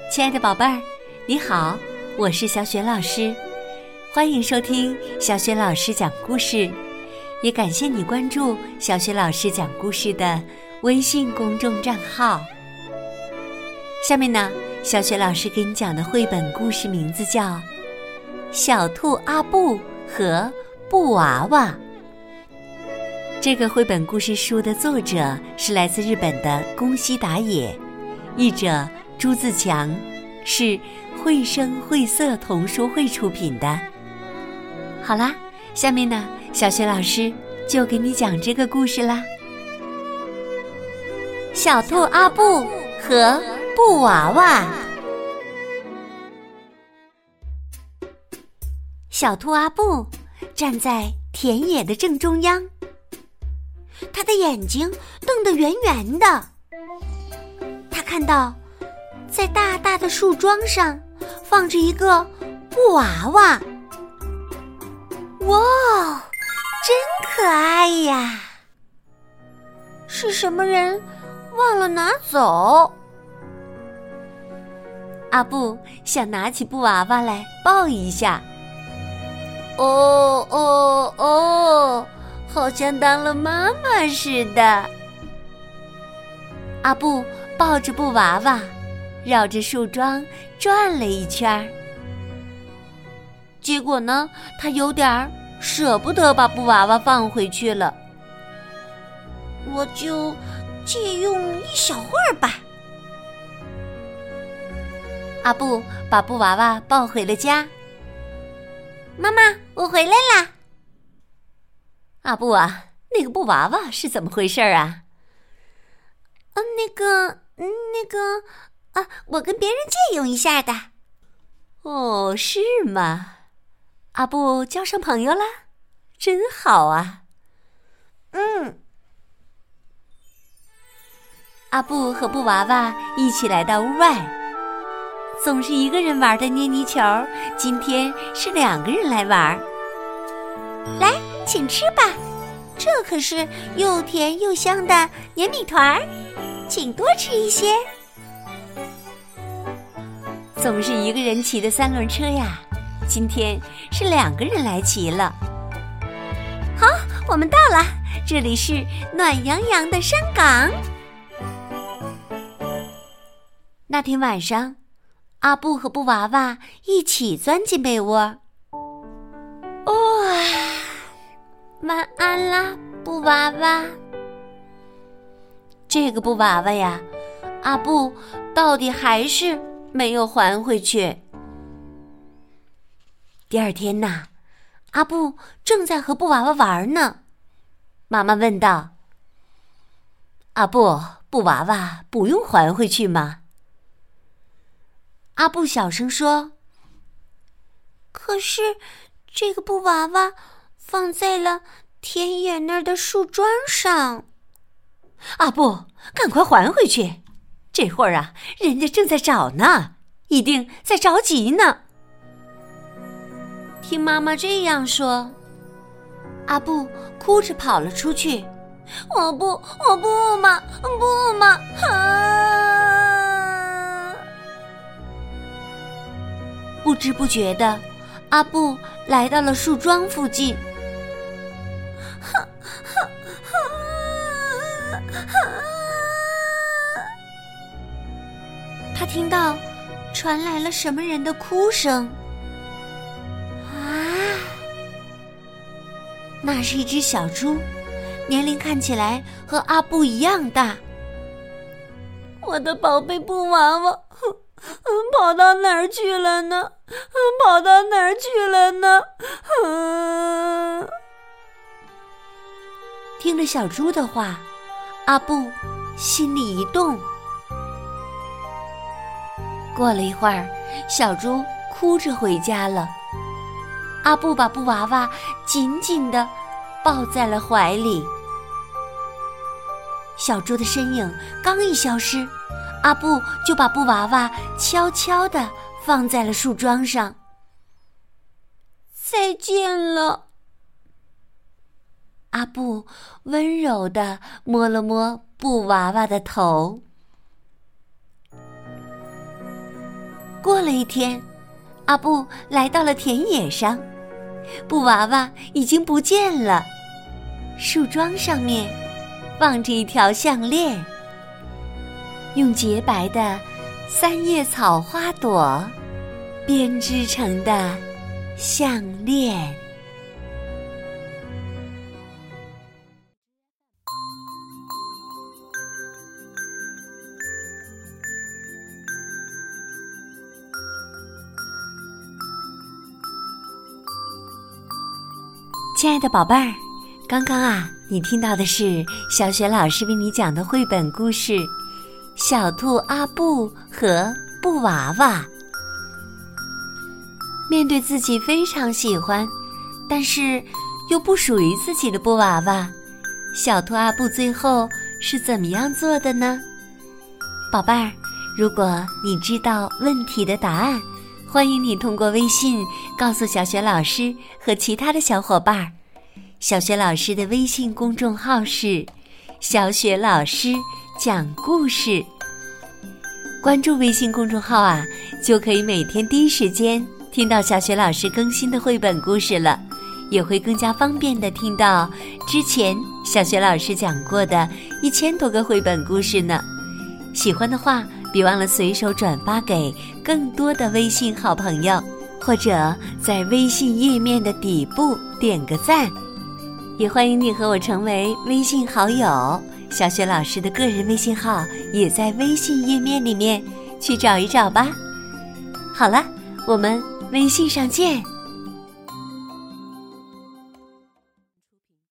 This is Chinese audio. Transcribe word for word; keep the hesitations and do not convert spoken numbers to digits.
亲爱的宝贝儿，你好，我是小雪老师，欢迎收听小雪老师讲故事，也感谢你关注小雪老师讲故事的微信公众账号。下面呢，小雪老师给你讲的绘本故事名字叫《小兔阿布和布娃娃》。这个绘本故事书的作者是来自日本的宫西达也，译者朱自强，是绘声绘色童书会出品的。好啦，下面呢，小雪老师就给你讲这个故事啦。小兔阿布和布娃娃。小兔阿布站在田野的正中央，他的眼睛瞪得圆圆的。他看到在大大的树桩上放着一个布娃娃，哇，真可爱呀！是什么人忘了拿走？阿布想拿起布娃娃来抱一下。哦哦哦，好像当了妈妈似的。阿布抱着布娃娃绕着树桩转了一圈，结果呢，他有点舍不得把布娃娃放回去了。我就借用一小会儿吧。阿布把布娃娃抱回了家。妈妈，我回来啦。阿布啊，那个布娃娃是怎么回事啊？嗯，那个，那个，啊，我跟别人借用一下的。哦，是吗？阿布交上朋友啦，真好啊。嗯。阿布和布娃娃一起来到屋外。总是一个人玩的捏泥球，今天是两个人来玩。来，请吃吧，这可是又甜又香的黏米团，请多吃一些。总是一个人骑的三轮车呀，今天是两个人来骑了。好，我们到了，这里是暖洋洋的山港。那天晚上，阿布和布娃娃一起钻进被窝。哇、哦，晚安啦，布娃娃。这个布娃娃呀，阿布到底还是没有还回去。第二天呐，阿布正在和布娃娃玩呢。妈妈问道：阿布，布娃娃不用还回去吗？阿布小声说：可是这个布娃娃放在了田野那儿的树桩上。阿布，赶快还回去，这会儿啊，人家正在找呢，一定在着急呢。听妈妈这样说，阿布哭着跑了出去。我不，我不嘛，不嘛，啊！不知不觉的，阿布来到了树桩附近。他听到传来了什么人的哭声。啊，那是一只小猪，年龄看起来和阿布一样大。我的宝贝布娃娃跑到哪儿去了呢？跑到哪儿去了呢？嗯、听了小猪的话，阿布心里一动。过了一会儿，小猪哭着回家了。阿布把布娃娃紧紧地抱在了怀里。小猪的身影刚一消失，阿布就把布娃娃悄悄地放在了树桩上。再见了。阿布温柔地摸了摸布娃娃的头。 过了一天，阿布来到了田野上，布娃娃已经不见了。树桩上面放着一条项链，用洁白的三叶草花朵编织成的项链。亲爱的宝贝儿，刚刚啊，你听到的是小雪老师为你讲的绘本故事《小兔阿布和布娃娃》。面对自己非常喜欢，但是又不属于自己的布娃娃，小兔阿布最后是怎么样做的呢？宝贝儿，如果你知道问题的答案，欢迎你通过微信告诉小雪老师和其他的小伙伴。小雪老师的微信公众号是小雪老师讲故事，关注微信公众号啊，就可以每天第一时间听到小雪老师更新的绘本故事了，也会更加方便地听到之前小雪老师讲过的一千多个绘本故事呢。喜欢的话，别忘了随手转发给更多的微信好朋友，或者在微信页面的底部点个赞。也欢迎你和我成为微信好友，小雪老师的个人微信号也在微信页面里面，去找一找吧。好了，我们微信上见。